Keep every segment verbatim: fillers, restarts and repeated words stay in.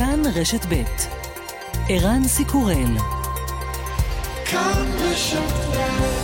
כאן רשת ב' ערן סיקורל. כאן רשת ב'.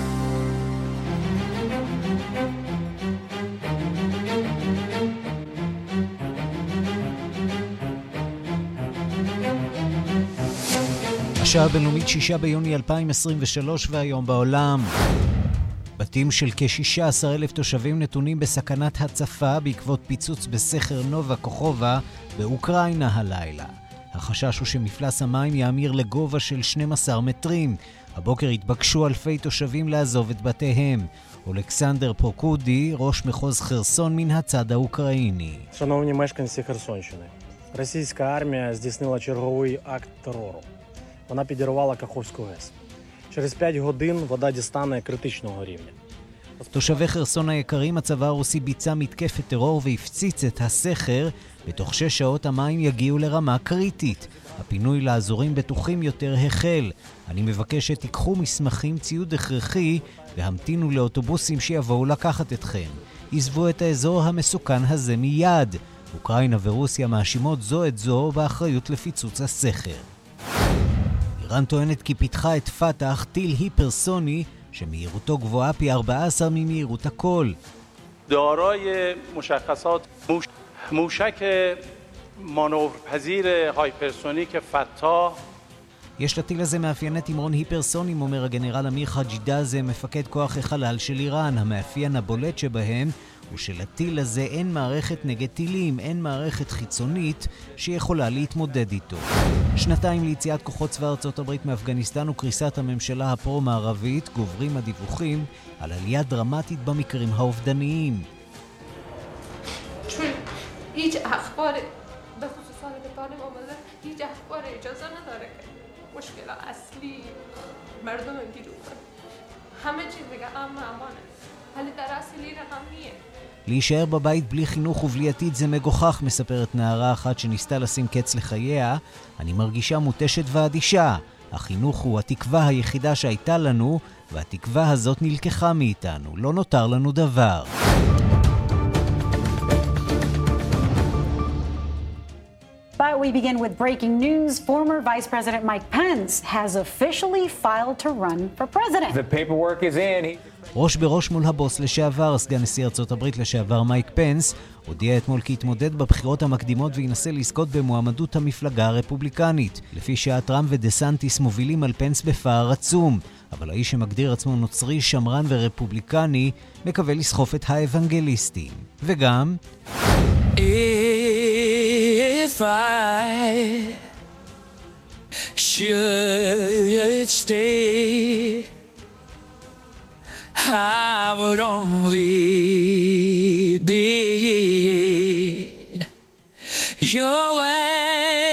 השעה הבינלאומית שישה ביוני אלפיים עשרים ושלוש והיום בעולם. בתים של כ-שישה עשר אלף תושבים נתונים בסכנת הצפה בעקבות פיצוץ בסכר נובה קוחובה באוקראינה הלילה. החשש הוא שמפלס המים יאמיר לגובה של שנים עשר מטרים. הבוקר התבקשו אלפי תושבים לעזוב את בתיהם. אולכסנדר פרוקודי, ראש מחוז חרסון מן הצד האוקראיני. Шановні мешканці Херсонщини, російська армія здійснила черговий акт терору. Вона підірвала Каховську ГЕС. Через п'ять годин вода дістане критичного рівня. תושבי חרסון היקרים, הצבא הרוסי ביצע מתקפת טרור והפציץ את הסכר. בתוך שש שעות המים יגיעו לרמה קריטית. הפינוי לאזורים בטוחים יותר החל. אני מבקש שתיקחו מסמכים, ציוד הכרחי והמתינו לאוטובוסים שיבואו לקחת אתכם. עזבו את האזור המסוכן הזה מיד. אוקראינה ורוסיה מאשימות זו את זו באחריות לפיצוץ הסכר. איראן טוענת כי פיתחה את פתח, טיל היפרסוני שמהירותו גבוהה פי ארבע עשרה ממהירות הקול. دارای مشخصات موشک مانورپذیر هایپرسونیک فتاح. יש לטיל הזה מאפייני תמרון היפרסונים, אומר הגנרל אמיר חג'ידאזה, מפקד כוח החלל של איראן. המאפיין הבולט שבהם הוא שלטיל הזה אין מערכת נגד טילים, אין מערכת חיצונית שיכולה להתמודד איתו. שנתיים ליציאת כוחות צבא ארצות הברית מאפגניסטן וקריסת הממשלה הפרו-מערבית, גוברים הדיווחים על עלייה דרמטית במקרים האובדניים. هیچ اخبار به خصوص حال طالب آمده هیچ اخبار اجازه نداره که مشکل اصلی مردم گیرو کنه همه چیز دیگه امن امانه ولی در اصل این رقم نیه. להישאר בבית בלי חינוך ובלי עתיד זה מגוחך, מספרת נערה אחת שניסתה לשים קץ לחייה. אני מרגישה מוטשת ואדישה. החינוך הוא התקווה היחידה שהייתה לנו, והתקווה הזאת נלקחה מאיתנו. לא נותר לנו דבר. But we begin with breaking news. Former Vice President Mike Pence has officially filed to run for president. The paperwork is in. He... ראש בראש מול הבוס לשעבר, סגן נשיא ארצות הברית לשעבר מייק פנס, הודיע אתמול כי יתמודד בבחירות המקדימות וינסה לזכות במועמדות המפלגה הרפובליקנית. לפי שעה טראמפ ודסנטיס מובילים על פנס בפער עצום, אבל האיש שמגדיר עצמו נוצרי, שמרן ורפובליקני, מקווה לסחוף את האבנגליסטים. וגם... If I should stay, I would only be your way.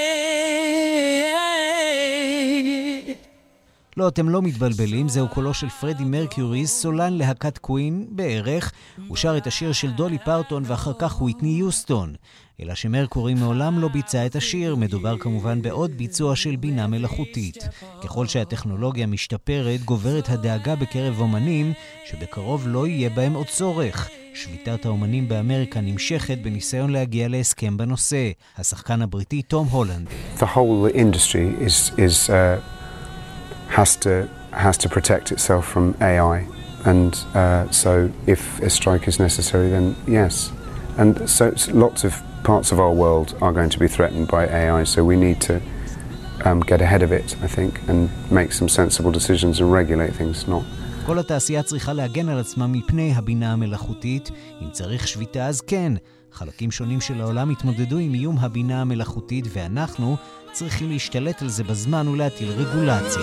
לא, אתם לא מתבלבלים, זהו קולו של פרדי מרקיורי, סולן להקת קווין בערך. הוא שר את השיר של דולי פרטון ואחר כך וויטני יוסטון. אלא שמרקורי מעולם לא ביצע את השיר, מדובר כמובן בעוד ביצוע של בינה מלאכותית. ככל שהטכנולוגיה משתפרת, גוברת הדאגה בקרב אומנים שבקרוב לא יהיה בהם עוד צורך. שביתת האומנים באמריקה נמשכת בניסיון להגיע להסכם בנושא. השחקן הבריטי תום הולנד. The whole industry is is uh, has to has to protect itself from A I, and uh, so if a strike is necessary, then yes. And so lots of parts of our world are going to be threatened by A I, so we need to um, get ahead of it, I think, and make some sensible decisions and regulate things, not... כל התעשייה צריכה להגן על עצמה מפני הבינה המלאכותית. אם צריך שביתה אז כן. חלקים שונים של העולם התמודדו עם איום הבינה המלאכותית, ואנחנו צריכים להשתלט על זה בזמן ולהטיל רגולציה.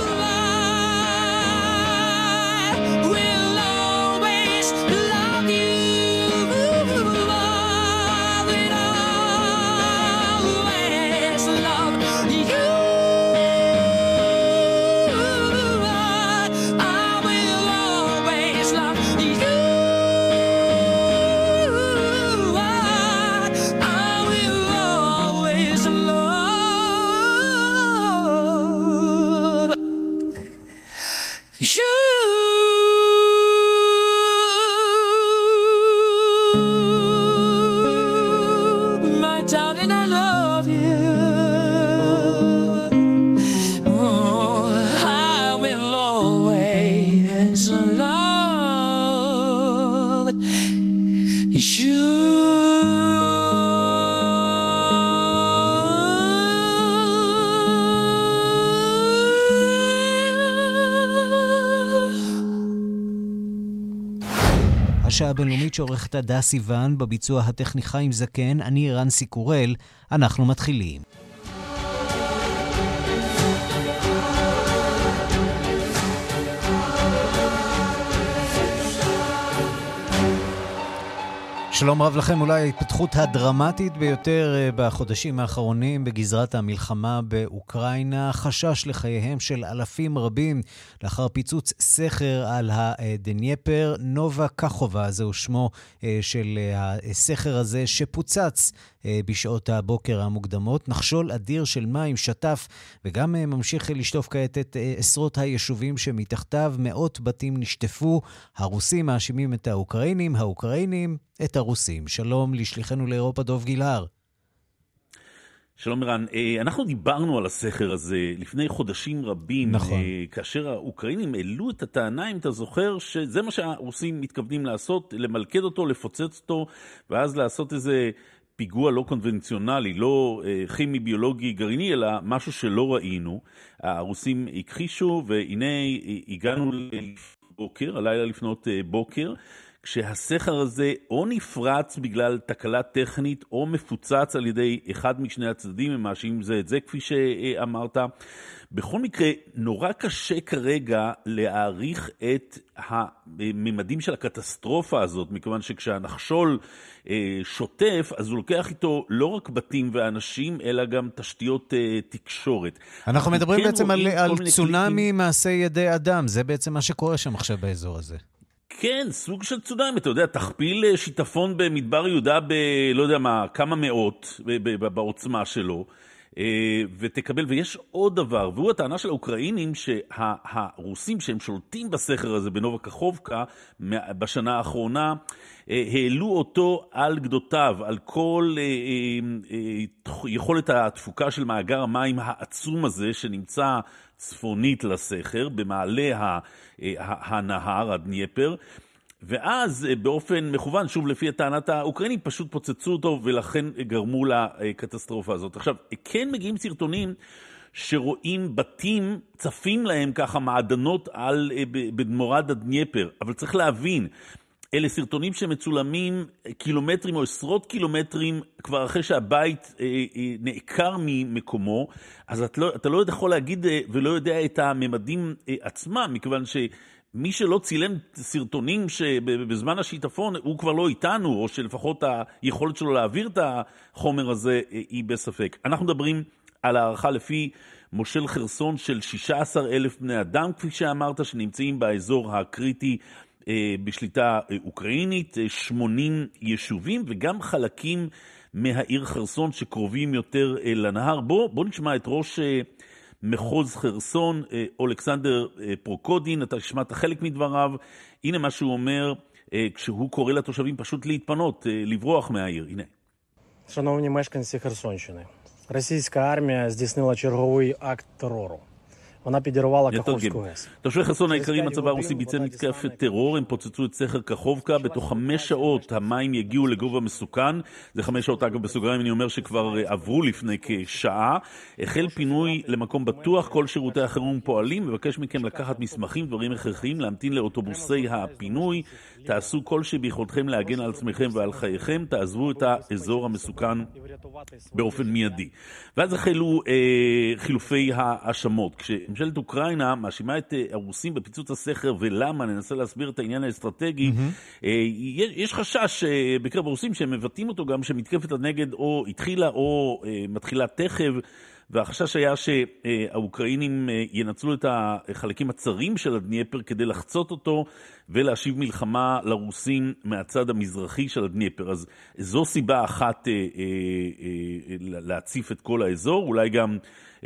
Darling, I love you. השעה הבינלאומית שעורכת עדה סיוון, בביצוע הטכני חיים זקן, אני ערן סיקורל, אנחנו מתחילים. שלום רב לכם, אולי ההתפתחות הדרמטית ביותר בחודשים האחרונים בגזרת המלחמה באוקראינה, חשש לחייהם של אלפים רבים לאחר פיצוץ סכר על הדנייפר. נובה קחובה, זהו שמו של הסכר הזה שפוצץ בשעות הבוקר המוקדמות. נחשול אדיר של מים שטף וגם ממשיך לשטוף כעת את עשרות היישובים שמתחתיו. מאות בתים נשטפו. הרוסים מאשימים את האוקראינים, האוקראינים את הרוסים. שלום לשליחנו לאירופה דוב גילהר. שלום ערן, אנחנו דיברנו על הסכר הזה לפני חודשים רבים, נכון. כאשר האוקראינים העלו את הטענה, אם אתה זוכר, שזה מה שהרוסים מתכוונים לעשות, למלכד אותו, לפוצץ אותו, ואז לעשות איזה פיגוע לא קונבנציונלי, לא כימי, ביולוגי, גרעיני, אלא משהו שלא ראינו. הרוסים הכחישו, והנה הגענו לבוקר, הלילה לפנות בוקר, כשהסכר הזה או נפרץ בגלל תקלה טכנית או מפוצץ על ידי אחד משני הצדדים, הם מאשימים זה את זה כפי שאמרת. בכל מקרה, נורא קשה כרגע להעריך את הממדים של הקטסטרופה הזאת, מכיוון שכשהנחשול שוטף, אז הוא לוקח איתו לא רק בתים ואנשים, אלא גם תשתיות תקשורת. אנחנו מדברים כן בעצם על, על צונמי מעשי ידי אדם, זה בעצם מה שקורה שם עכשיו באזור הזה. כן, סוג של צונאמי, אתה יודע, תכפיל שיטפון במדבר יהודה ב, לא יודע מה, כמה מאות בעוצמה שלו, ותקבל, ויש עוד דבר, והוא הטענה של האוקראינים שהרוסים שהם שולטים בסכר הזה בנובה קחובקה בשנה האחרונה, העלו אותו על גדותיו, על כל יכולת התפוקה של מאגר המים העצום הזה שנמצא צפונית לסכר, במעלה הנהר, הדנייפר, ואז באופן מכוון, שוב לפי הטענת האוקראינים, פשוט פוצצו אותו ולכן גרמו לקטסטרופה הזאת. עכשיו, כן מגיעים סרטונים שרואים בתים, צפים להם ככה מעדנות על, בדמורד הדנייפר, אבל צריך להבין, אלה סרטונים שמצולמים קילומטרים או עשרות קילומטרים כבר אחרי שהבית אה, אה, נעקר ממקומו, אז אתה לא, אתה לא יכול להגיד אה, ולא יודע את הממדים אה, עצמם, מכיוון שמי שלא צילם סרטונים שבזמן השיטפון הוא כבר לא איתנו, או שלפחות היכולת שלו להעביר את החומר הזה אה, היא בספק. אנחנו מדברים על הערכה לפי מושל חרסון של שישה עשר אלף בני אדם, כפי שאמרת, שנמצאים באזור הקריטי בשליטה אוקראינית, שמונים יישובים וגם חלקים מהעיר חרסון שקרובים יותר לנהר. בוא, בוא נשמע את ראש מחוז חרסון, אולכסנדר פרוקודין, אתה שמעת חלק מדבריו. הנה מה שהוא אומר כשהוא קורא לתושבים פשוט להתפנות, לברוח מהעיר. הנה. Шановні мешканці Херсонщини, російська армія здійснила черговий акт терору. вона підірвала Каховську ГЕС. תושבי חרסון העיקריים, הצבא הרוסי ביצע מתקפת טרור, הם פוצצו את סכר קחובקה, בתוך חמש שעות המים יגיעו לגובה מסוכן, זה חמש שעות אגב בסוגריים, אני אומר שכבר עברו לפני כשעה, החל פינוי למקום בטוח, כל שירותי החירום פועלים, מבקש מכם לקחת מסמכים, דברים הכרחיים, להמתין לאוטובוסי הפינוי, תעשו כל שביכולתכם להגן על עצמכם ועל חייכם, תעזבו את האזור המסוכן באופן מיידי. ואז החלו אה, חילופי האשמות, כשממשלת אוקראינה מאשימה את הרוסים בפיצוץ הסכר, ולמה, ננסה להסביר את העניין האסטרטגי, mm-hmm. אה, יש, יש חשש אה, בקרב הרוסים שהם מבטאים אותו גם שמתקפת הנגד או התחילה או אה, מתחילה תכף, והחשש היה שהאוקראינים ינצלו את החלקים הצרים של הדנייפר כדי לחצות אותו ולהשיב מלחמה לרוסים מהצד המזרחי של הדנייפר. אז זו סיבה אחת להציף את כל האזור, אולי גם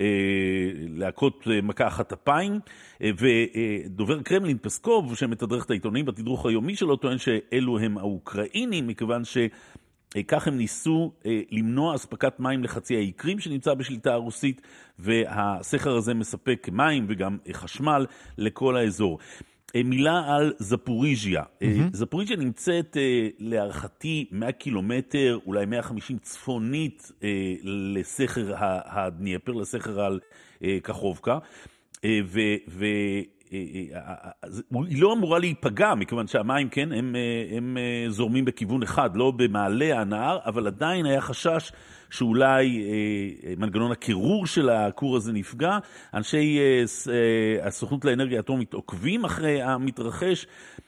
להכות מכה אחת אפיים. ודובר קרמלין פסקוב, שמתדרך את העיתונאים בתדרוך היומי שלו, טוען שאלו הם האוקראינים, מכיוון ש... כך הם ניסו אה, למנוע אספקת מים לחצי האי קרים שנמצא בשליטה הרוסית, והסכר הזה מספק מים וגם אה, חשמל לכל האזור. אה, מילה על זפוריז'יה. Mm-hmm. אה, זפוריז'יה נמצאת אה, להערכתי מאה קילומטר, אולי מאה וחמישים צפונית אה, לסכר הדנייפר, לסכר על אה, קחובקה. ו... ו היא לא אמורה להיפגע, מכיוון שהמים, כן, הם, הם זורמים בכיוון אחד, לא במעלה הנהר, אבל עדיין היה חשש שאולי מנגנון הקירור של הכור הזה נפגע. אנשי הסוכנות לאנרגיה אטומית עוקבים אחרי המתרחש,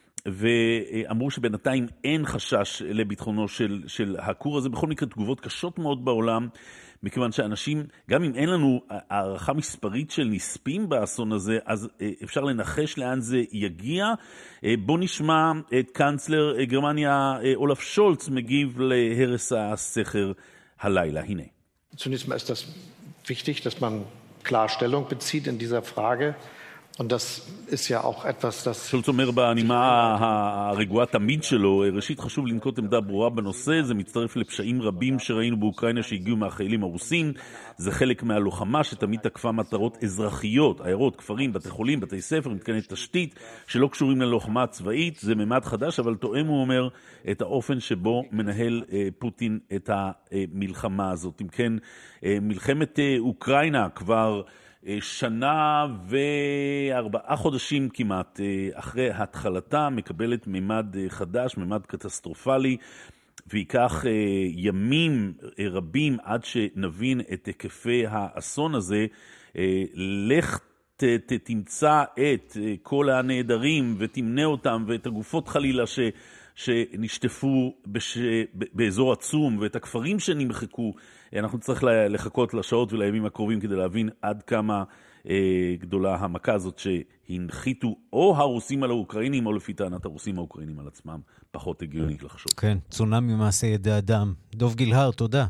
ואמרו שבינתיים אין חשש לביטחונו של, של הכור הזה. בכל מקרה, תגובות קשות מאוד בעולם, מכיוון שאנשים, גם אם אין לנו הערכה מספרית של נספים באסון הזה, אז אפשר לנחש לאן זה יגיע. בוא נשמע את קנצלר גרמניה אולף שולץ מגיב להרס הסכר הלילה. הנה. Zunächst mal ist das wichtig, dass man klar Stellung bezieht in dieser Frage. Und das ist ja auch etwas, das... שולץ אומר בנימה הרגועה תמיד שלו, ראשית חשוב לנקוט עמדה ברורה בנושא, זה מצטרף לפשעים רבים שראינו באוקראינה שהגיעו מהחיילים הרוסים, זה חלק מהלוחמה שתמיד תקפה מטרות אזרחיות, עיירות, כפרים, בתי חולים, בתי ספר, מתקני תשתית, שלא קשורים ללוחמה צבאית, זה ממד חדש, אבל תואם, הוא אומר, את האופן שבו מנהל פוטין את המלחמה הזאת. אם כן, מלחמת אוקראינה כבר שנה וארבעה חודשים כמעט אחרי התחלתה, מקבלת ממד חדש, ממד קטסטרופלי, ויקח ימים רבים עד שנבין את היקפי האסון הזה. לך תמצא את כל הנעדרים ותמנה אותם, ואת הגופות חלילה ש... שנשטפו בש... באזור עצום, ואת הכפרים שנמחקו. אנחנו צריך לחכות לשעות ולימים הקרובים כדי להבין עד כמה אה, גדולה המכה הזאת שהנחיתו או הרוסים על האוקראינים, או לפי טענת הרוסים האוקראינים על עצמם. פחות הגיונית לחשוב. כן, צונאמי מעשה ידי אדם. דוב גילהר, תודה.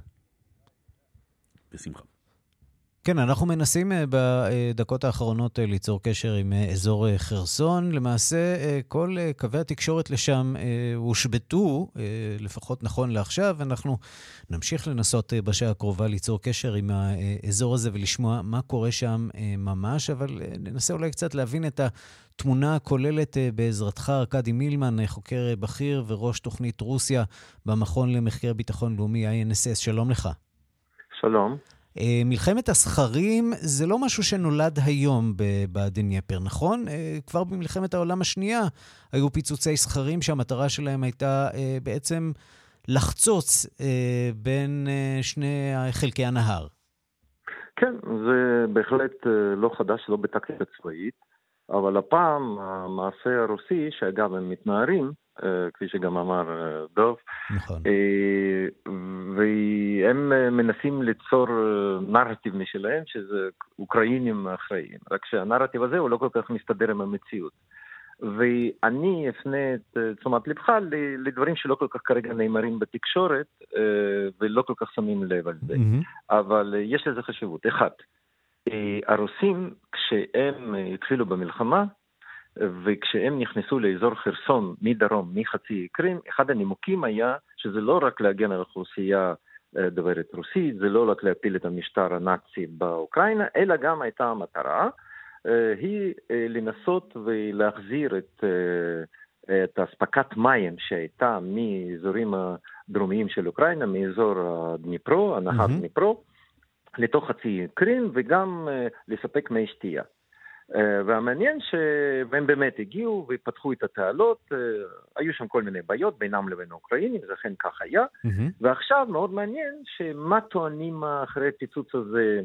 בשמחה. כן, אנחנו מנסים בדקות האחרונות ליצור קשר עם אזור חרסון. למעשה, כל קווי התקשורת לשם הושבתו, לפחות נכון לעכשיו. אנחנו נמשיך לנסות בשעה הקרובה ליצור קשר עם האזור הזה ולשמוע מה קורה שם ממש, אבל ננסה אולי קצת להבין את התמונה הכוללת בעזרתך. ארקדי מילמן, חוקר בכיר וראש תוכנית רוסיה במכון למחקר ביטחון לאומי איי אן אס אס. שלום לך. שלום. מלחמת הסכרים זה לא משהו שנולד היום בדנייפר, נכון? כבר במלחמת העולם השנייה היו פיצוצי סכרים שהמטרה שלהם הייתה בעצם לחצוץ בין שני חלקי הנהר. כן, זה בהחלט לא חדש, לא בטקטיקה צבאית, אבל הפעם המעשה הרוסי, שאגב הם מתנערים, כפי שגם אמר דוב, נכון. והם מנסים ליצור נרטיב משלהם, שזה אוקראינים אחראים. רק שהנרטיב הזה הוא לא כל כך מסתדר עם המציאות. ואני אפנה את תשומת לבך לדברים שלא כל כך כרגע נאמרים בתקשורת, ולא כל כך שמים לב על זה. אבל יש לזה חשיבות. אחד, הרוסים, כשהם התחילו במלחמה, וכשהם נכנסו לאזור חרסון מדרום, מחצי קרים, אחד הנימוקים היה שזה לא רק להגן על האוכלוסייה דוברת רוסית, זה לא רק להפיל את המשטר הנאצי באוקראינה, אלא גם הייתה המטרה, היא לנסות ולהחזיר את, את הספקת מים שהייתה מאזורים הדרומיים של אוקראינה, מאזור דניפרו, הנהר mm-hmm. דניפרו, לתוך חצי קרים, וגם לספק מי שתייה. והמעניין שהם באמת הגיעו ופתחו את התעלות, היו שם כל מיני בעיות בינם לבין האוקראינים, זה אכן כך היה, mm-hmm. ועכשיו מאוד מעניין שמה טוענים אחרי הפיצוץ הזה,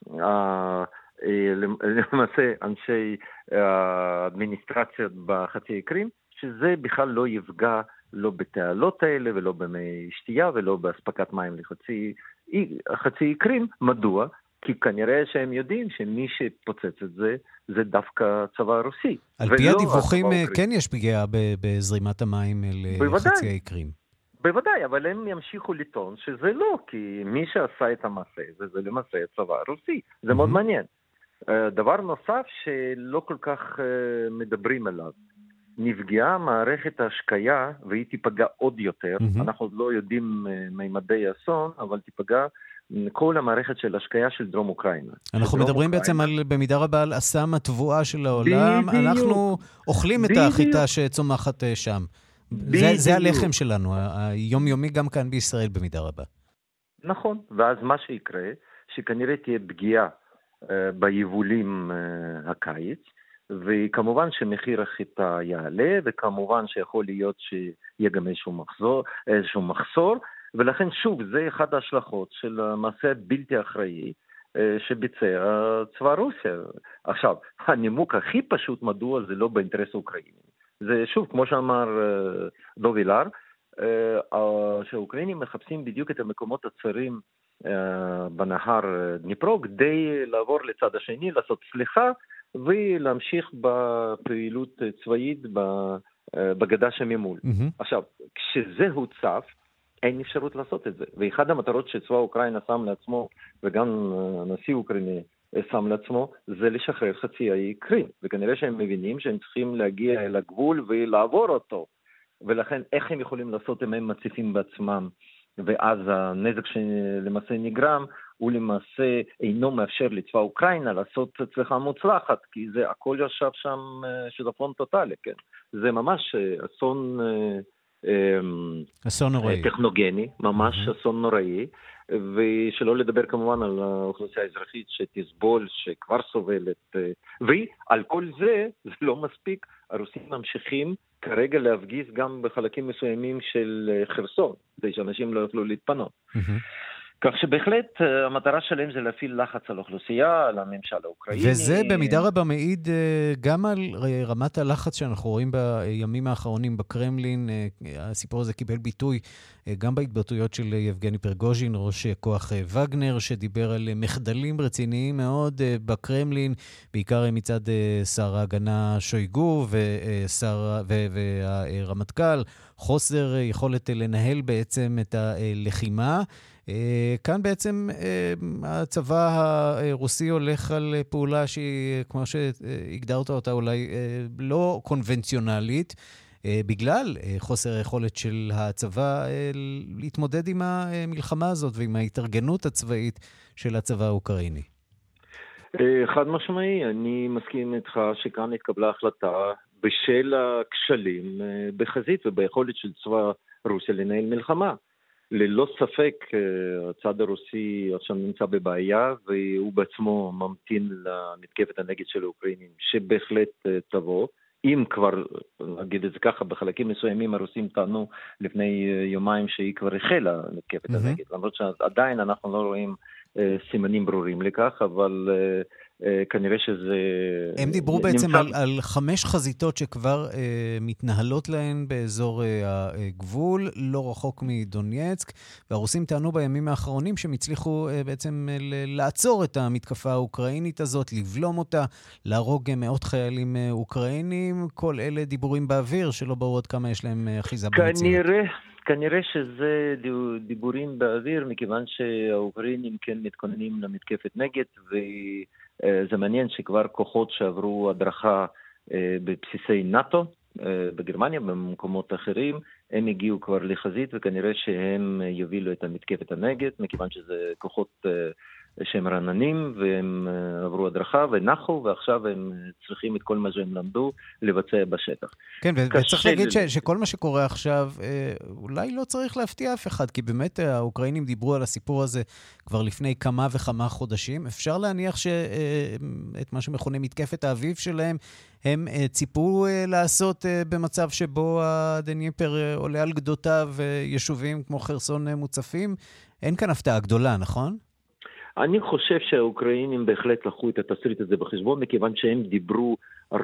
למעשה אנשי האדמיניסטרציות בחצי קרים, שזה בכלל לא יפגע לא בתעלות האלה ולא במי שתייה ולא בהספקת מים לחצי חצי קרים. מדוע? כי כנראה שהם יודעים שמי שפוצץ את זה, זה דווקא צבא הרוסי. על פי הדיווחים כן יש פגיעה בזרימת המים לחצי האקרים. בוודאי, אבל הם ימשיכו לטעון שזה לא, כי מי שעשה את המעשה, זה, זה למעשה הצבא הרוסי. זה מאוד מעניין. דבר נוסף שלא כל כך מדברים עליו, נפגעה מערכת ההשקיה, והיא תיפגע עוד יותר. אנחנו לא יודעים מימדי האסון, אבל תיפגע כל המערכת של השקיה של דרום אוקראינה. אנחנו מדברים בעצם על, במידה רבה על אסם התבואה של העולם. אנחנו אוכלים את החיטה שצומחת שם. זה, זה הלחם שלנו, היומיומי גם כאן בישראל במידה רבה. נכון, ואז מה שיקרה, שכנראה תהיה פגיעה ביבולים הקיץ, וכמובן שמחיר החיטה יעלה, וכמובן שיכול להיות שיהיה גם איזשהו מחזור, איזשהו מחסור, ולכן שוב, זה אחד ההשלכות של המעשה בלתי אחראי שביצע צבא רוסיה. עכשיו, הנימוק הכי פשוט מדוע זה לא באינטרס האוקראיני. זה שוב, כמו שאמר דוב אילר, שהאוקראינים מחפשים בדיוק את המקומות הצרים בנהר דניפרו, כדי לעבור לצד השני, לעשות סליחה, ולהמשיך בפעילות צבאית בגדה שממול. Mm-hmm. עכשיו, כשזה הוצף, אין אפשרות לעשות את זה. ואחד המטרות שצבא אוקראינה שם לעצמו, וגם הנשיא אוקראיני שם לעצמו, זה לשחרר חצי האי קרים. וכנראה שהם מבינים שהם צריכים להגיע אל הגבול ולעבור אותו. ולכן איך הם יכולים לעשות אם הם מציפים בעצמם, ואז הנזק שלמעשה נגרם, הוא למעשה אינו מאפשר לצבא אוקראינה לעשות הצלחה מוצלחת, כי זה הכל ישב שם שיטפון טוטלי, כן? זה ממש אסון, אסון נוראי. טכנוגני, ממש mm-hmm. אסון נוראי, ושלא לדבר כמובן על האוכלוסייה האזרחית שתסבול, שכבר סובלת, ועל כל זה, זה לא מספיק, הרוסים ממשיכים כרגע להפגיז גם בחלקים מסוימים של חרסון, כדי שאנשים לא יוכלו להתפנות. Mm-hmm. כך שבהחלט המטרה שלהם זה להפעיל לחץ על האוכלוסייה, על הממשל האוקראיני. וזה במידה רבה מעיד גם על רמת הלחץ שאנחנו רואים בימים האחרונים בקרמלין. הסיפור הזה קיבל ביטוי גם בהתבטאויות של יבגני פרגוז'ין, ראש כוח וגנר, שדיבר על מחדלים רציניים מאוד בקרמלין, בעיקר מצד שר ההגנה שויגו ושר, והרמטכ"ל, חוסר יכולת לנהל בעצם את הלחימה. כאן בעצם הצבא הרוסי הולך על פעולה שהיא, כמו שהגדרת אותה, אולי לא קונבנציונלית, בגלל חוסר היכולת של הצבא להתמודד עם המלחמה הזאת ועם ההתארגנות הצבאית של הצבא האוקראיני. חד משמעי, אני מסכים איתך שכאן התקבלה החלטה בשל הכשלים בחזית וביכולת של צבא רוסיה לנהל מלחמה. ללא ספק, הצד הרוסי עכשיו נמצא בבעיה, והוא בעצמו ממתין למתקפת הנגד של האוקראינים, שבהחלט תבוא. אם כבר, נגיד את זה ככה, בחלקים מסוימים הרוסים טענו לפני יומיים שהיא כבר החלה מתקפת mm-hmm. הנגד, למרות שעדיין אנחנו לא רואים סימנים ברורים לכך, אבל כנראה שזה... הם דיברו בעצם נמצא... על, על חמש חזיתות שכבר אה, מתנהלות להן באזור אה, הגבול, לא רחוק מדונייצק, והרוסים טענו בימים האחרונים שהם הצליחו אה, בעצם אה, לעצור את המתקפה האוקראינית הזאת, לבלום אותה, להרוג אה, מאות חיילים אה, אוקראינים, כל אלה דיבורים באוויר, שלא ברור עד כמה יש להם אה, אחיזה במציאות. כנראה... כנראה שזה דיבורים באוויר, מכיוון שהאוקראינים כן מתכוננים למתקפת נגד, וזה מעניין שכבר כוחות שעברו הדרכה בבסיסי נאטו, בגרמניה, במקומות אחרים, הם הגיעו כבר לחזית, וכנראה שהם יובילו את המתקפת הנגד, מכיוון שזה כוחות שהם רעננים, והם עברו הדרכה ונחו, ועכשיו הם צריכים את כל מה שהם למדו לבצע בשטח. כן, וצריך להגיד ש- שכל מה שקורה עכשיו, אולי לא צריך להפתיע אף אחד, כי באמת האוקראינים דיברו על הסיפור הזה כבר לפני כמה וכמה חודשים. אפשר להניח שאת מה שמכונה מתקפת האביב שלהם, הם ציפו לעשות במצב שבו הדניפר עולה על גדותיו יישובים כמו חרסון מוצפים. אין כאן הפתעה גדולה, נכון? אני חושב שהאוקראינים בהחלט לקחו את התסריט הזה בחשבון, מכיוון שהם דיברו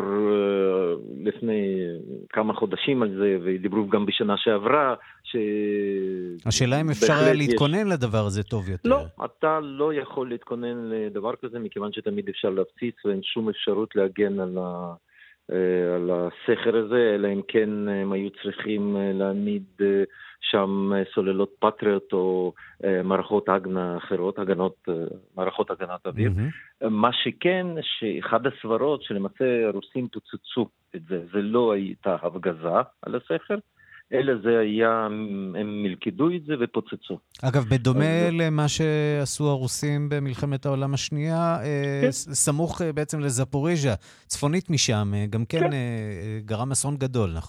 לפני כמה חודשים על זה, ודיברו גם בשנה שעברה. ש... השאלה אם אפשר להתכונן יש... לדבר הזה טוב יותר. לא, אתה לא יכול להתכונן לדבר כזה, מכיוון שתמיד אפשר להפציץ, ואין שום אפשרות להגן על, ה... על הסכר הזה, אלא אם כן הם היו צריכים להעמיד שם סוללות פטריוט או מערכות הגנה אחרות, הגנות, מערכות הגנת אוויר. Mm-hmm. מה שכן, שאחד הסברות שלמעשה הרוסים תוצצו את זה, זה לא הייתה הפגזה על הסכר, אלא זה היה, הם מלכדו את זה ופוצצו. אגב, בדומה למה שעשו הרוסים במלחמת העולם השנייה, כן. סמוך בעצם לזפוריז'ה, צפונית משם, גם כן, כן. גרם אסון גדול, נכון?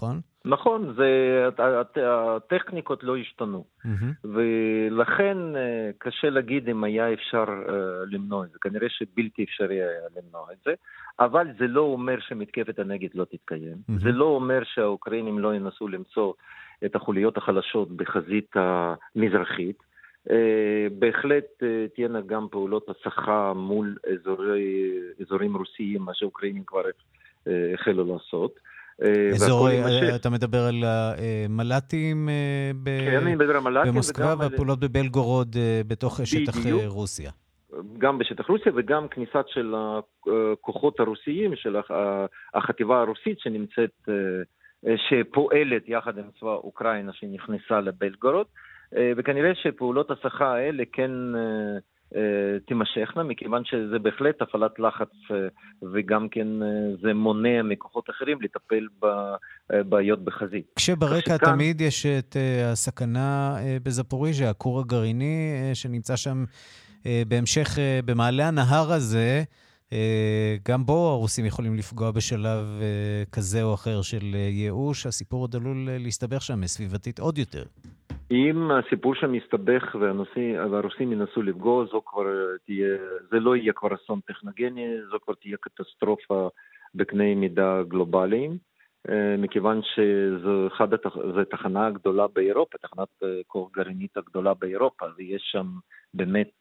נכון, זה, הטכניקות לא השתנו, mm-hmm. ולכן קשה להגיד אם היה אפשר למנוע את זה, כנראה שבלתי אפשרי היה למנוע את זה, אבל זה לא אומר שמתקפת הנגד לא תתקיים, mm-hmm. זה לא אומר שהאוקראינים לא ינסו למצוא את החוליות החלשות בחזית המזרחית, בהחלט תהיינה גם פעולות הסחה מול אזורי, אזורים רוסיים, מה שהאוקראינים כבר החלו לעשות, אזור, אתה מדבר על המל"טים במוסקבה והפעולות בבלגורוד בתוך שטח רוסיה. גם בשטח רוסיה וגם כניסת של הכוחות הרוסיים, של החטיבה הרוסית שנמצאת, שפועלת יחד עם צבא אוקראינה שנכנסה לבלגורוד, וכנראה שפעולות הסחה האלה כן תימשכנה, מכיוון שזה בהחלט הפעלת לחץ, וגם כן זה מונע מכוחות אחרים לטפל בבעיות בחזית. כשברקע תמיד יש את הסכנה בזפוריז'ה, הכור הגרעיני שנמצא שם בהמשך במעלה הנהר הזה, גם בו הרוסים יכולים לפגוע בשלב כזה או אחר של ייאוש, הסיפור עוד עלול להסתבך שם סביבתית עוד יותר. אם הסיפור שם מסתבך והרוסים ינסו לפגוע, זו כבר תהיה, זה לא יהיה כבר אסון טכנוגני, זו כבר תהיה קטסטרופה בקנה מידה גלובליים, מכיוון שזו תחנה גדולה באירופה, תחנת כור גרעינית הגדולה באירופה, ויש שם באמת,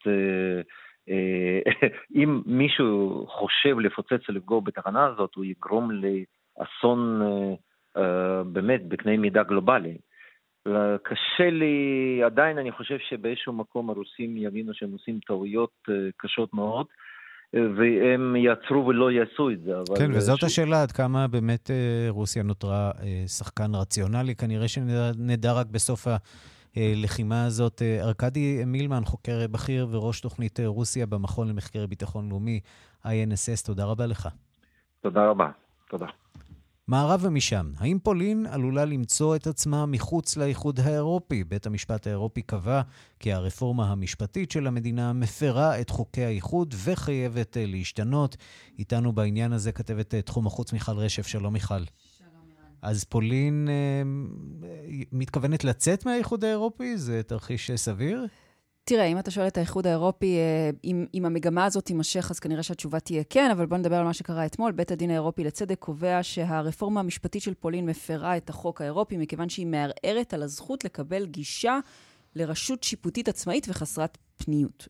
אם מישהו חושב לפוצץ ולפגוע בתחנה הזאת, הוא יגרום לאסון באמת בקנה מידה גלובלי. קשה לי, עדיין אני חושב שבאיזשהו מקום הרוסים יבינו שהם עושים טעויות קשות מאוד, והם יעצרו ולא יעשו את זה. כן, וזאת ש... השאלה, עד כמה באמת רוסיה נותרה שחקן רציונלי, כנראה שנדע רק בסוף הלחימה הזאת. ארקדי מילמן, חוקר בכיר וראש תוכנית רוסיה במכון למחקרי ביטחון לאומי, איי אן אס אס, תודה רבה לך. תודה רבה, תודה. מערב ומשם, האם פולין עלולה למצוא את עצמה מחוץ לאיחוד האירופי? בית המשפט האירופי קבע כי הרפורמה המשפטית של המדינה מפרה את חוקי האיחוד וחייבת להשתנות. איתנו בעניין הזה כתבת תחום החוץ מיכל רשף. שלום מיכל. שלום מירן. אז פולין אה, מתכוונת לצאת מהאיחוד האירופי? זה תרחיש סביר? תראה, אם אתה שואל את האיחוד האירופי, אם, אם המגמה הזאת תימשך, אז כנראה שהתשובה תהיה כן, אבל בוא נדבר על מה שקרה אתמול. בית הדין האירופי לצדק קובע שהרפורמה המשפטית של פולין מפרה את החוק האירופי, מכיוון שהיא מערערת על הזכות לקבל גישה לרשות שיפוטית עצמאית וחסרת פניות.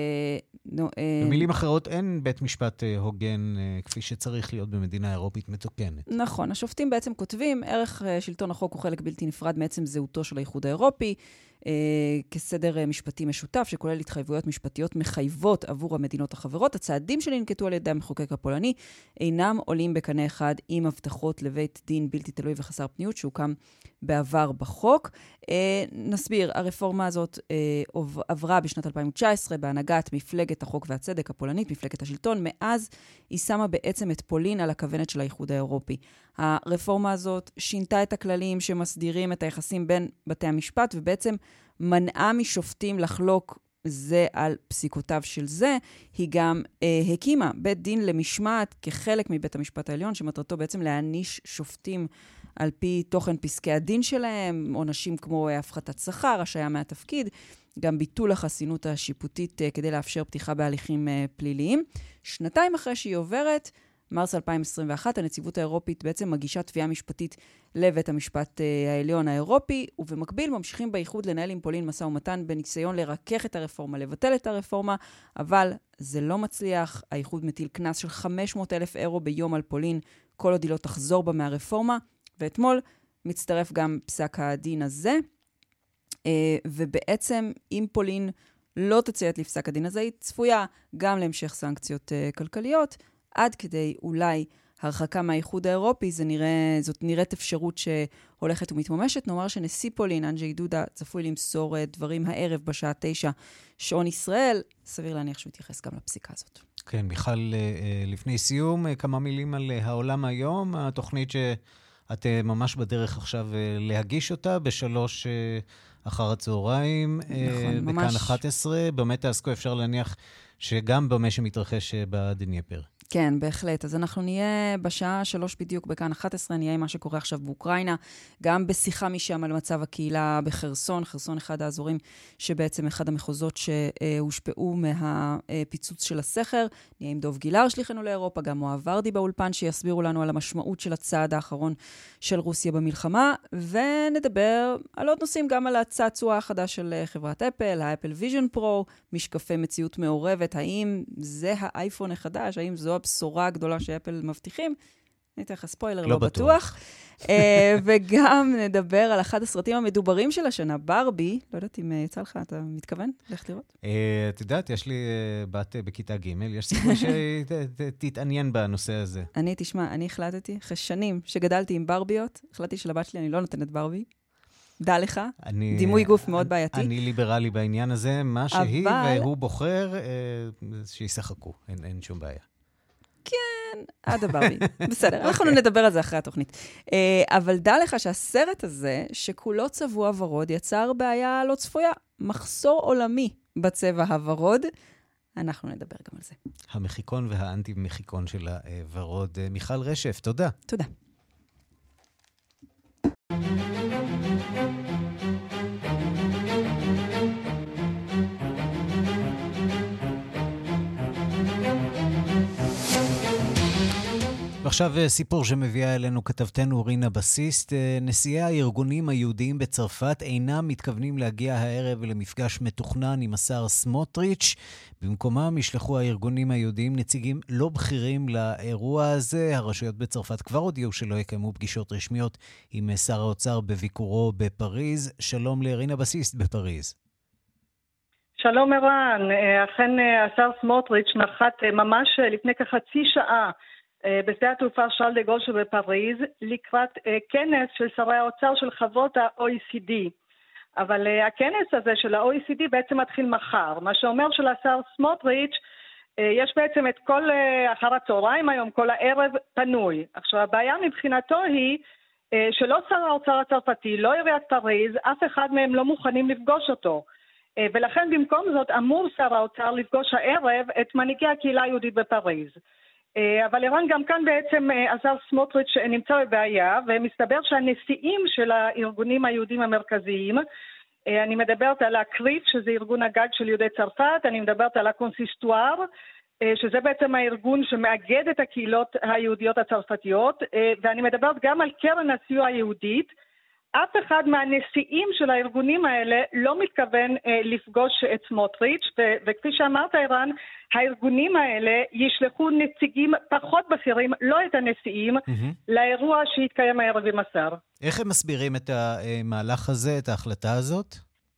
במילים אחרות, אין בית משפט הוגן כפי שצריך להיות במדינה אירופית מתוקנת. נכון, השופטים בעצם כותבים, ערך שלטון החוק הוא חלק בלתי נפרד מעצם זהותו של האיחוד האירופי, כסדר משפטי משותף, שכולל התחייבויות משפטיות מחייבות עבור המדינות החברות. הצעדים שננקטו על ידי המחוקק הפולני אינם עולים בקנה אחד עם הבטחות לבית דין בלתי תלוי וחסר פניות, שהוקם בעבר בחוק. נסביר, הרפורמה הזאת עברה בשנת אלפיים תשע עשרה בהנהגת מפלגת החוק והצדק הפולנית, מפלגת השלטון. מאז היא שמה בעצם את פולין על הכוונת של האיחוד האירופי. הרפורמה הזאת שינתה את הכללים שמסדירים את היחסים בין בתי המשפט, ובעצם מנעה משופטים לחלוק זה על פסיקותיו של זה. היא גם אה, הקימה בית דין למשמעת כחלק מבית המשפט העליון, שמטרתו בעצם להעניש שופטים על פי תוכן פסקי הדין שלהם, עונשים כמו הפחתת שכר, השעיה מהתפקיד, גם ביטול החסינות השיפוטית אה, כדי לאפשר פתיחה בהליכים אה, פליליים. שנתיים אחרי שהיא עוברת, מרס אלפיים עשרים ואחת, הנציבות האירופית בעצם מגישה תביעה משפטית לבית המשפט העליון האירופי, ובמקביל ממשיכים באיחוד לנהל עם פולין משא ומתן בניסיון לרכך את הרפורמה, לבטל את הרפורמה, אבל זה לא מצליח. האיחוד מטיל קנס של חמש מאות אלף אירו ביום על פולין, כל עוד היא לא תחזור בה מהרפורמה, ואתמול מצטרף גם פסק הדין הזה, ובעצם אם פולין לא תציית לפסק הדין הזה, היא צפויה גם להמשך סנקציות כלכליות, עד כדי אולי הרחקה מהאיחוד האירופי. זה נראה, זאת נראית אפשרות שהולכת ומתממשת. נאמר שנשיא פולין, אנג'י דודה, צפוי למסור דברים הערב בשעה תשע שעון ישראל. סביר להניח שהוא יתייחס גם לפסיקה הזאת. כן, מיכל, לפני סיום, כמה מילים על העולם היום, התוכנית שאת ממש בדרך עכשיו להגיש אותה, בשלוש אחר הצהריים, נכון, בכאן אחת עשרה, באמת תעסקו, אפשר להניח שגם במה שמתרחש בדנייפר. כן, בהחלט. אז אנחנו נהיה בשעה שלוש בדיוק בכאן אחת עשרה, נהיה עם מה שקורה עכשיו באוקראינה, גם בשיחה משם על מצב הקהילה בחרסון, חרסון אחד האזורים שבעצם אחד המחוזות שהושפעו מהפיצוץ של הסכר. נהיה עם דוב גילר שליחנו לאירופה, גם מואב ורדי באולפן שיסבירו לנו על המשמעות של הצעד האחרון של רוסיה במלחמה, ונדבר על עוד נושאים, גם על הצעצוע החדש של חברת אפל, האפל ויז'ן פרו, משקפי מציאות מעורבת, האם זה האייפון החדש, האם זו הבשורה הגדולה שאפל מבטיחים? ניתן לך ספוילר, לא, לא בטוח. בטוח. וגם נדבר על אחד הסרטים המדוברים של השנה, ברבי. לא יודעת אם יצא לך, אתה מתכוון? לך לראות? את יודעת, יש לי בת בכיתה ג', יש סיכוי שתתעניין בנושא הזה. אני, תשמע, אני החלטתי, אחרי שנים שגדלתי עם ברביות, החלטתי שלבת שלי אני לא נותנת ברבי. דע לך, אני, דימוי גוף מאוד בעייתי. אני ליברלי בעניין הזה, מה שהיא אבל... והוא בוחר, שישחקו, אין, אין שום בעיה. כן, עד הברבי. בסדר, אנחנו נדבר על זה אחרי התוכנית. אבל דע לך שהסרט הזה, שכולו צבוע ורוד, יצר בעיה לא צפויה, מחסור עולמי בצבע הוורוד. אנחנו נדבר גם על זה. המחיקון והאנטי-מחיקון של הוורוד. מיכל רשף, תודה. תודה. ועכשיו סיפור שמביאה אלינו כתבתנו רינה בסיסט. נשיאי הארגונים היהודיים בצרפת אינם מתכוונים להגיע הערב למפגש מתוכנן עם השר סמוטריץ'. במקומם ישלחו הארגונים היהודיים נציגים לא בכירים לאירוע הזה. הרשויות בצרפת כבר הודיעו שלא יקיימו פגישות רשמיות עם שר האוצר בביקורו בפריז. שלום לרינה בסיסט בפריז. שלום ערן, אכן השר סמוטריץ' נחת ממש לפני כחצי שעה בשדה התעופה שרל דה גול שבפריז, לקראת כנס של שרי האוצר של חברות ה-או אי סי די. אבל הכנס הזה של ה-או אי סי די בעצם מתחיל מחר, מה שאומר שלשר סמוטריץ' יש בעצם את כל אחר הצהריים היום, כל הערב פנוי. עכשיו הבעיה מבחינתו היא שלא שר האוצר הצרפתי, לא עיריית פריז, אף אחד מהם לא מוכנים לפגוש אותו. ולכן במקום זאת אמור שר האוצר לפגוש הערב את מנהיגי הקהילה היהודית בפריז. אבל איראן גם כאן בעצם השר סמוטריץ' נמצא בבעיה, ומסתבר שהנשיאים של הארגונים היהודים המרכזיים, אני מדברת על הקריף, שזה ארגון הגג של יהודי צרפת, אני מדברת על הקונסיסטואר, שזה בעצם הארגון שמאגד את הקהילות היהודיות הצרפתיות, ואני מדברת גם על קרן הסיוע היהודית. אף אחד מהנשיאים של הארגונים האלה לא מתכוון אה, לפגוש את סמוטריץ', ו- וכפי שאמרת איראן, הארגונים האלה ישלחו נציגים פחות בכירים, לא את הנשיאים, mm-hmm. לאירוע שיתקיים הערב עם השר. איך הם מסבירים את המהלך הזה, את ההחלטה הזאת?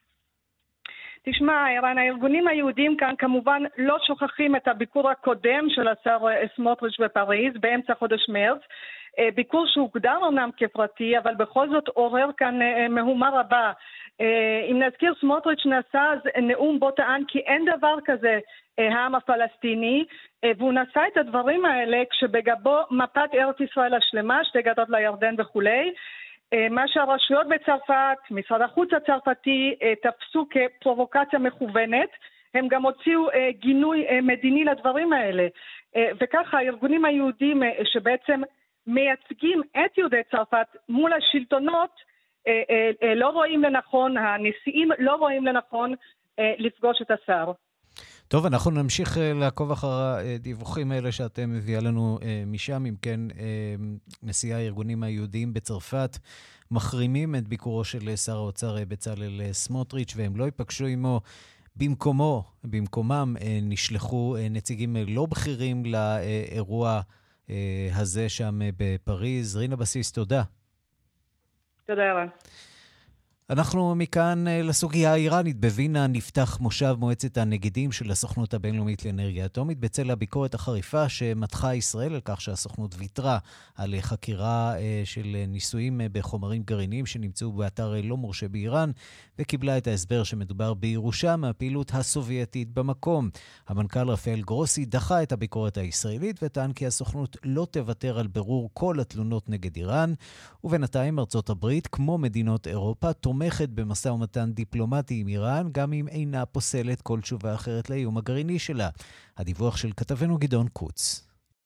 תשמע, איראן, הארגונים היהודים כאן כמובן לא שוכחים את הביקור הקודם של השר סמוטריץ' בפריז, באמצע חודש מרץ, ביקור שהוגדר אומנם כפרטי, אבל בכל זאת עורר כאן מהומה רבה. אם נזכיר, סמוטריץ' נשא אז נאום בו טען כי אין דבר כזה העם הפלסטיני, והוא נשא את הדברים האלה כשבגבו מפת ארץ ישראל השלמה, שתי גדות לירדן וכולי, מה שהרשויות בצרפת, משרד החוץ הצרפתי, תפסו כפרובוקציה מכוונת. הם גם הוציאו גינוי מדיני לדברים האלה. וככה הארגונים היהודים שבעצם מייצגים את יהודי צרפת מול השלטונות, לא רואים לנכון, הנשיאים לא רואים לנכון לפגוש את השר. טוב, אנחנו נמשיך לעקוב אחר הדיווחים האלה שאתם מביאה לנו משם. אם כן, נשיאי הארגונים היהודיים בצרפת מחרימים את ביקורו של שר האוצר בצלאל סמוטריץ', והם לא ייפגשו עמו. במקומו, במקומם נשלחו נציגים לא בכירים לאירוע הזה שם בפריז. רינה בסיס, תודה. תודה רבה. אנחנו מכאן לסוגיה האיראנית. בווינה נפתח מושב מועצת הנגידים של הסוכנות הבינלאומית לאנרגיה אטומית בצל הביקורת החריפה שמתחה ישראל על כך שהסוכנות ויתרה על חקירה של ניסויים בחומרים גרעיניים שנמצאו באתר לא מורשה באיראן, וקיבלה את ההסבר שמדובר בירושה מהפעילות הסובייטית במקום. המנכ"ל רפאל גרוסי דחה את הביקורת הישראלית וטען כי הסוכנות לא תוותר על ברור כל התלונות נגד איראן, ובינתיים ארצות הברית, כמו מדינות אירופה, תומכת במשא ומתן דיפלומטי עם איראן, גם אם אינה פוסלת כל תשובה אחרת לאיום הגרעיני שלה. הדיווח של כתבנו גדעון קוץ.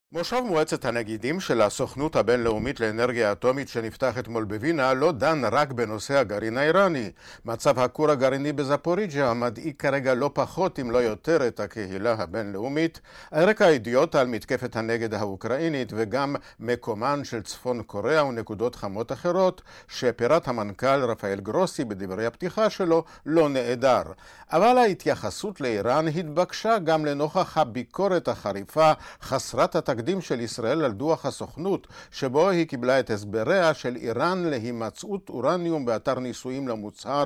מושב מועצת הנגידים של הסוכנות הבינלאומית לאנרגיה אטומית שנפתח אתמול בווינה לא דן רק בנושא הגרעין האיראני. מצב הכור הגרעיני בזפוריג'יה מדאיג כרגע לא פחות אם לא יותר את הקהילה הבינלאומית. על רקע הידיעות על מתקפת הנגד האוקראינית וגם מקומן של צפון קוריאה ונקודות חמות אחרות שפירט המנכ"ל רפאל גרוסי בדברי הפתיחה שלו לא נעדר. אבל ההתייחסות לאיראן התבקשה גם לנוכח הביקורת החריפה חסרת התקדים של ישראל על דוח הסוכנות, שבו היא קיבלה את הסבריה של איראן להימצאות אורניום באתר ניסויים למוצהר,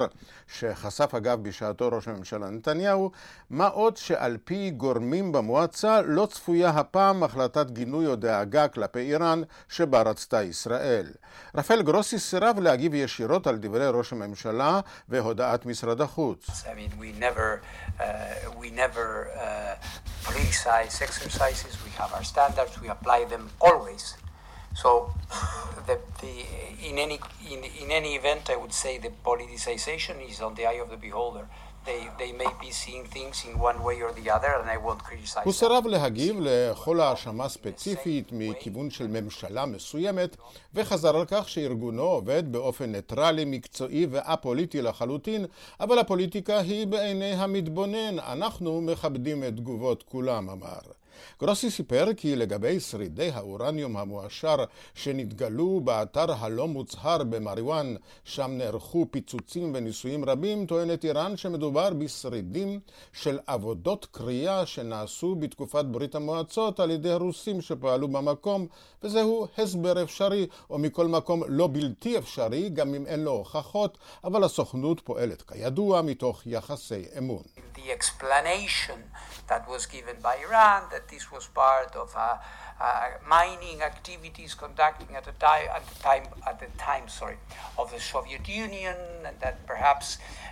שחשף אגב בשעתו ראש הממשלה נתניהו, מה עוד שעל פי גורמים במועצה לא צפויה הפעם החלטת גינוי או דאגה כלפי איראן שבה רצתה ישראל. רפאל גרוסי סירב להגיב ישירות על דברי ראש הממשלה והודעת משרד החוץ. I mean, we never, uh, we never uh, politicize exercises. We have our standards. We apply them always. So, the, the, in any in, in any event, I would say the politicization is on the eye of the beholder. They, they may be seeing things in one way or the other, and I won't criticize. הוא סירב להגיב לכל האשמה ספציפית מכיוון של ממשלה מסוימת, וחזר על כך שארגונו עובד באופן ניטרלי, מקצועי ואפוליטי לחלוטין, אבל הפוליטיקה היא בעיני המתבונן. אנחנו מכבדים את תגובות כולם, אמר. גרוסי סיפר כי לגבי שרידי האורניום המואשר שנתגלו באתר הלא מוצהר במריוואן, שם נערכו פיצוצים וניסויים רבים, טוענת איראן שמדובר בשרידים של עבודות קריאה שנעשו בתקופת ברית המועצות על ידי הרוסים שפעלו במקום, וזהו הסבר אפשרי, או מכל מקום לא בלתי אפשרי, גם אם אין לו הוכחות, אבל הסוכנות פועלת כידוע מתוך יחסי אמון. The explanation that was given by Iran that this was part of a, a mining activities conducting at the time at the time at the time sorry of the Soviet Union, and that perhaps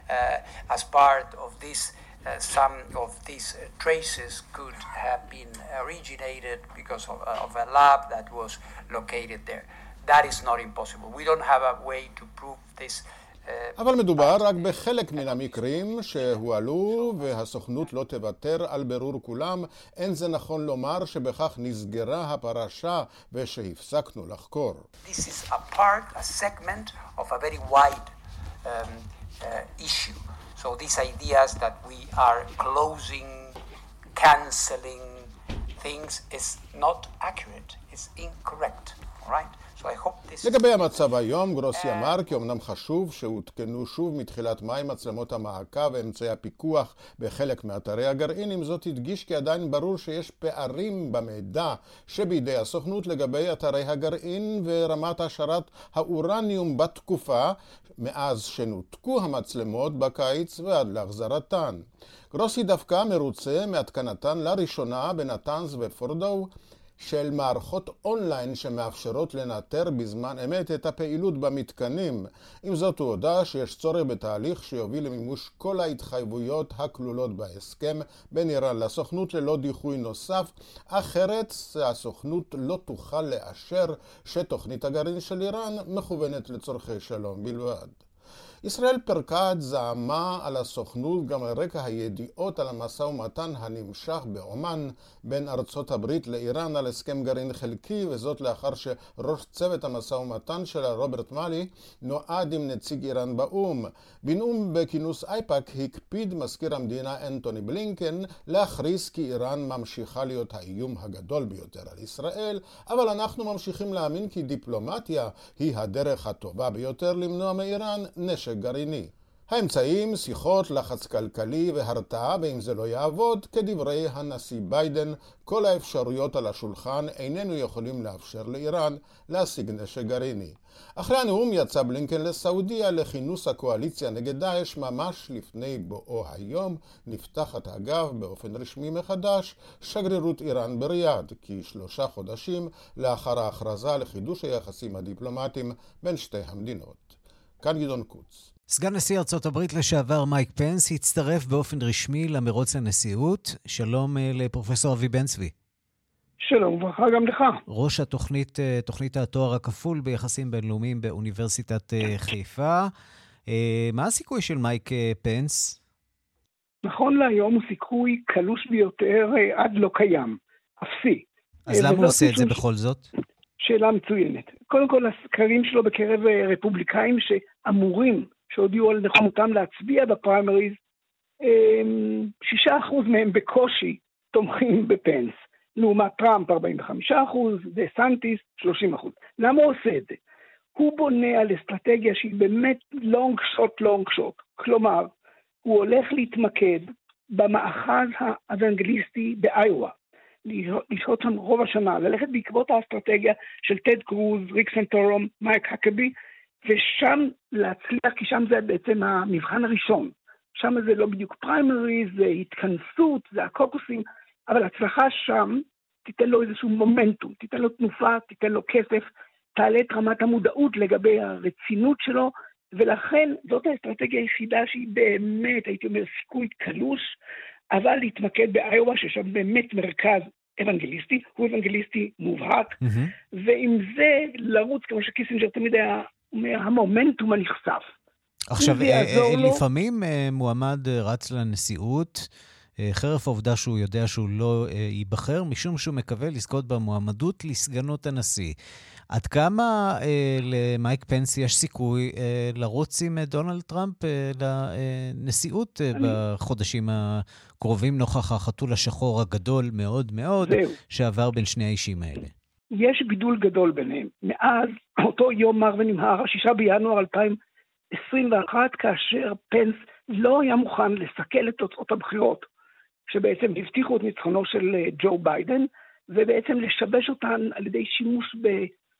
uh, as part of this uh, some of these uh, traces could have been originated because of, uh, of a lab that was located there. That is not impossible. We don't have a way to prove this. אבל מדובר רק בחלק מן המקרים שהועלו והסוכנות לא תוותר על ברור כולם. אין זה נכון לומר שבכך נסגרה הפרשה ושהפסקנו לחקור. This is a part, a segment of a very wide um, uh, issue. So these ideas that we are closing, cancelling things is not accurate. It's incorrect. All right? לגבי המצב היום, גרוסי אמר כי אמנם חשוב שהותקנו שוב מתחילת מאי מצלמות המעקב ואמצעי הפיקוח בחלק מאתרי הגרעין. עם זאת הדגיש כי עדיין ברור שיש פערים במידע שבידי הסוכנות לגבי אתרי הגרעין ורמת השארת האורניום בתקופה מאז שנותקו המצלמות בקיץ ועד להחזרתן. גרוסי דווקא מרוצה מהתקנתן לראשונה בנתנז ופורדו של מערכות אונליין שמאפשרות לנטר בזמן אמת את הפעילות במתקנים. עם זאת הוא הודע שיש צורך בתהליך שיוביל למימוש כל ההתחייבויות הכלולות בהסכם בין איראן לסוכנות ללא דיחוי נוסף, אחרת הסוכנות לא תוכל לאשר שתוכנית הגרעין של איראן מכוונת לצורכי שלום בלבד. ישראל פרקה את זעמה על הסוכנות גם על רקע הידיעות על המשא ומתן הנמשך באומן בין ארצות הברית לאיראן על הסכם גרעין חלקי, וזאת לאחר שראש צוות המשא ומתן שלה רוברט מאלי נועד עם נציג איראן באום. בנאום בכינוס אייפאק הקפיד מזכיר המדינה אנטוני בלינקן להכריז כי איראן ממשיכה להיות האיום הגדול ביותר על ישראל, אבל אנחנו ממשיכים להאמין כי דיפלומטיה היא הדרך הטובה ביותר למנוע מאיראן נשק גרעיני. האמצעים, שיחות, לחץ כלכלי והרתעה, ואם זה לא יעבוד, כדברי הנשיא ביידן, כל האפשרויות על השולחן איננו יכולים לאפשר לאיראן להשיג נשק גרעיני. אחרי הנאום יצא בלינקן לסעודיה לכינוס הקואליציה נגד דאעש. ממש לפני בואו היום נפתחת אגב באופן רשמי מחדש שגרירות איראן בריאד, כשלושה חודשים לאחר ההכרזה לחידוש היחסים הדיפלומטיים בין שתי המדינות. כאן גדעון קוץ. סגן נשיא ארצות הברית לשעבר מייק פנס הצטרף באופן רשמי למרוץ לנשיאות. שלום לפרופסור אבי בן צבי. שלום וברכה גם לך. ראש התוכנית, תוכנית התואר הכפול ביחסים בינלאומיים באוניברסיטת חיפה. מה הסיכוי של מייק פנס? נכון להיום הוא סיכוי קלוש ביותר עד לא קיים, אפסי. אז למה הוא עושה את זה בכל זאת? שאלה מצוינת. קודם כל, הסקרים שלו בקרב רפובליקאים שאמורים, שהודיעו על נכונותם להצביע בפריימריז, שישה אחוז מהם בקושי תומכים בפנס. לעומת טראמפ ארבעים וחמישה אחוז, דה-סנטיס שלושים אחוז. למה הוא עושה את זה? הוא בונה על אסטרטגיה שהיא באמת long shot, long shot. כלומר, הוא הולך להתמקד במאחז האוונגליסטי באיואה. לשהות שם רוב השנה, ללכת בעקבות האסטרטגיה של טד קרוז, ריק סנטורום, מייק הקבי, ושם להצליח, כי שם זה בעצם המבחן הראשון. שם זה לא בדיוק פריימריז, זה התכנסות, זה הקוקוסים, אבל הצלחה שם תיתן לו איזשהו מומנטום, תיתן לו תנופה, תיתן לו כסף, תעלה את רמת המודעות לגבי הרצינות שלו, ולכן זאת האסטרטגיה היחידה שהיא באמת, הייתי אומר, סיכוי קלוש, אבל להתמקד באיואה, ששם באמת מרכז אבנגליסטי, הוא אבנגליסטי מובהק, mm-hmm. ועם זה לרוץ, כמו שקיסינג'ר תמיד היה אומר, המומנטום הנחשף. עכשיו, לפעמים מועמד רץ לנשיאות, חרף העובדה שהוא יודע שהוא לא ייבחר, משום שהוא מקווה לזכות במועמדות לסגנות הנשיא. עד כמה אה, למייק פנס יש סיכוי אה, לרוץ עם דונלד טראמפ אה, לנשיאות אה, אני... בחודשים הקרובים נוכח החתול השחור הגדול מאוד מאוד זהו. שעבר בין שני האישים האלה? יש בידול גדול ביניהם. מאז אותו יום מר ונמהר, השישה בינואר אלפיים עשרים ואחת, כאשר פנס לא היה מוכן לסכל את תוצאות הבחירות, שבעצם הבטיחו את ניצחונו של ג'ו ביידן, ובעצם לשבש אותן על ידי שימוש ב...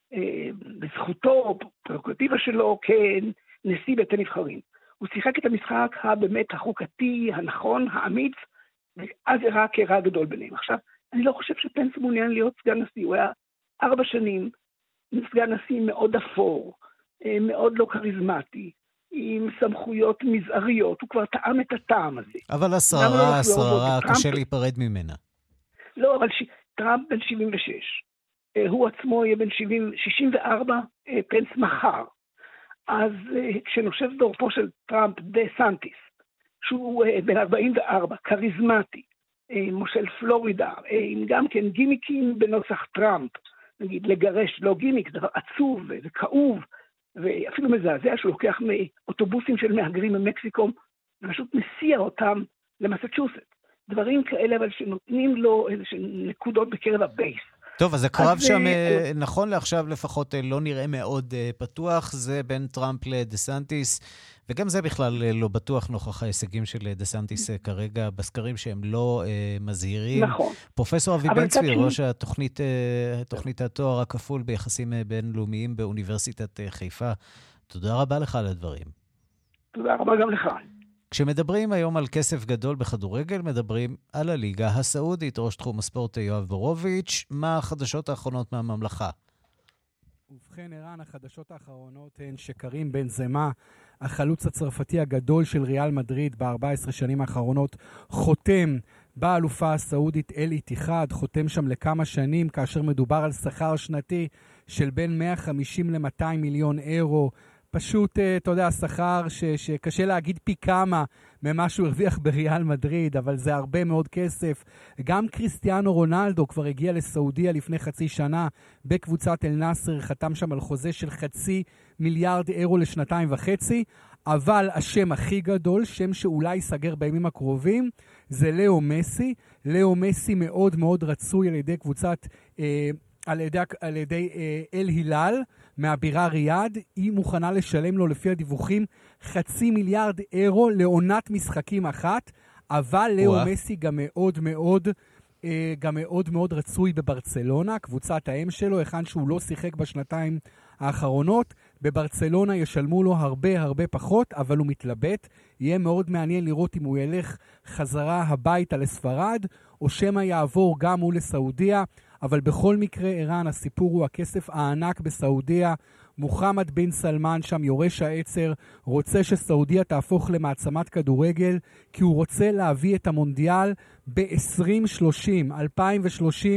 בזכותו, פררוגטיבה שלו כנשיא בית הנבחרים. הוא שיחק את המשחק הבאמת החוקתי, הנכון, האמיץ, ואז הראה כרע גדול ביניהם. עכשיו, אני לא חושב שפנס מעוניין להיות סגן נשיא. הוא היה ארבע שנים, סגן נשיא מאוד אפור, מאוד לא קריזמטי, עם סמכויות מזעריות. הוא כבר טעם את הטעם הזה. אבל השררה, השררה, קשה להיפרד ממנה. לא, אבל טראמפ בן שבעים ושש. הוא עצמו יהיה בן שישים וארבע, פנס מחר. אז כשנושב דורפו של טראמפ, דה-סנטיס, שהוא בן ארבעים וארבע, קריזמטי, מושל פלורידה, גם כן גימיקים בנוסח טראמפ, נגיד לגרש, לא גימיק, דבר עצוב וכאוב, ואפילו מזעזע שהוא לוקח מאוטובוסים של מהגרים ממקסיקו, ופשוט מסיע אותם למסצ'וסט. דברים כאלה, אבל שנותנים לו איזשהם נקודות בקרב הבייס. טוב, אז הקרב שם, נכון לעכשיו לפחות, לא נראה מאוד פתוח, זה בין טראמפ לדסנטיס, וגם זה בכלל לא בטוח נוכח ההישגים של דסנטיס כרגע, בסקרים שהם לא מזהירים. נכון. פרופסור אבי בן צבי, ראש התוכנית, תוכנית התואר הכפול ביחסים בינלאומיים באוניברסיטת חיפה, תודה רבה לך על הדברים. תודה רבה גם לך. כשמדברים היום על כסף גדול בכדורגל, מדברים על הליגה הסעודית. ראש תחום הספורט יואב בורוביץ', מה החדשות האחרונות מהממלכה? ובכן, ערן, החדשות האחרונות הן שקרים בנזמה, החלוץ הצרפתי הגדול של ריאל מדריד ב-ארבע עשרה שנים האחרונות, חותם באלופה הסעודית אל איתיחאד, חותם שם לכמה שנים, כאשר מדובר על שכר שנתי של בין מאה וחמישים ל-מאתיים מיליון אירו, פשוט, אתה יודע, שכר ש- שקשה להגיד פי כמה ממה שהוא הרוויח בריאל מדריד, אבל זה הרבה מאוד כסף. גם קריסטיאנו רונלדו כבר הגיע לסעודיה לפני חצי שנה בקבוצת אל נאסר, חתם שם על חוזה של חצי מיליארד אירו לשנתיים וחצי, אבל השם הכי גדול, שם שאולי ייסגר בימים הקרובים, זה לאו מסי. לאו מסי מאוד מאוד רצוי על ידי קבוצת... אה, על ידי, על ידי אה, אל הילל מהבירה ריאד. היא מוכנה לשלם לו לפי הדיווחים חצי מיליארד אירו לעונת משחקים אחת, אבל לאו מסי גם מאוד מאוד אה, גם מאוד מאוד רצוי בברצלונה, קבוצת האם שלו, היכן שהוא לא שיחק בשנתיים האחרונות. בברצלונה ישלמו לו הרבה הרבה פחות, אבל הוא מתלבט. יהיה מאוד מעניין לראות אם הוא ילך חזרה הביתה לספרד, או שמא יעבור גם הוא לסעודיה. אבל בכל מקרה, ערן, הסיפור הוא הכסף הענק בסעודיה. מוחמד בן סלמן, שם יורש העצר, רוצה שסעודיה תהפוך למעצמת כדורגל, כי הוא רוצה להביא את המונדיאל ב-עשרים שלושים, אלפיים ושלושים,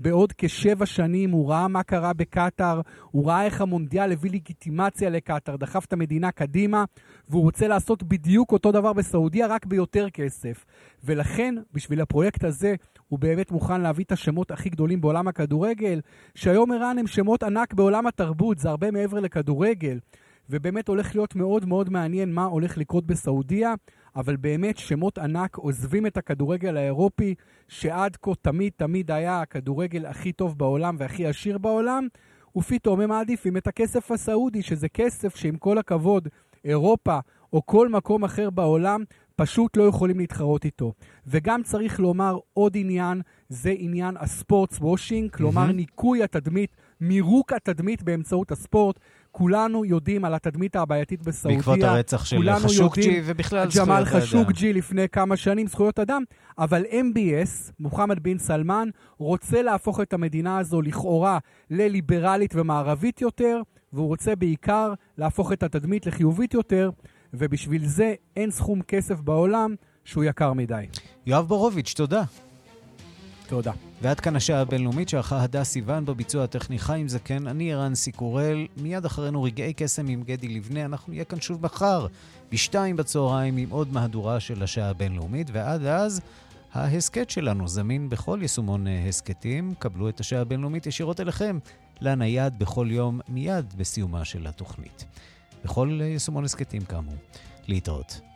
בעוד כשבע שנים, הוא ראה מה קרה בקטר, הוא ראה איך המונדיאל הביא לגיטימציה לקטר, דחף את המדינה קדימה, והוא רוצה לעשות בדיוק אותו דבר בסעודיה, רק ביותר כסף. ולכן, בשביל הפרויקט הזה, הוא באמת מוכן להביא את השמות הכי גדולים בעולם הכדורגל, שהיום ערן הם שמות ענק בעולם התרבות, זה הרבה מעבר לכדורגל. ובאמת הולך להיות מאוד מאוד מעניין מה הולך לקרות בסעודיה, אבל באמת שמות ענק עוזבים את הכדורגל האירופי, שעד כה תמיד תמיד היה הכדורגל הכי טוב בעולם והכי עשיר בעולם, ופתאום הם מעדיפים את הכסף הסעודי, שזה כסף שעם כל הכבוד אירופה או כל מקום אחר בעולם פשוט לא יכולים להתחרות איתו. וגם צריך לומר עוד עניין, זה עניין הספורטס וושינג, כלומר mm-hmm. ניקוי התדמית, מירוק התדמית באמצעות הספורט. כולנו יודעים על התדמית הבעייתית בסעודיה. בעקבות הרצח של חשוקג'י ובכלל זכויות אדם. ג'מאל חשוקג'י לפני כמה שנים, זכויות אדם. אבל אם בי אס, מוחמד בן סלמן, רוצה להפוך את המדינה הזו לכאורה לליברלית ומערבית יותר, והוא רוצה בעיקר להפוך את התדמית לחיובית יותר, ובשביל זה אין סכום כסף בעולם שהוא יקר מדי. יואב בורוביץ', תודה. תודה. ועד כאן השעה הבינלאומית שערכה הדס סיוון בביצוע הטכני חיים זקן, אני ערן סיקורל, מיד אחרינו רגעי קסם עם גדי לבנה, אנחנו נהיה כאן שוב מחר, בשתיים בצהריים עם עוד מהדורה של השעה הבינלאומית, ועד אז ההסקט שלנו זמין בכל יישומון הסקטים, קבלו את השעה הבינלאומית ישירות אליכם, לנייד בכל יום מיד בסיומה של התוכנית. בכל יישומון הסקטים כאמור. להתראות.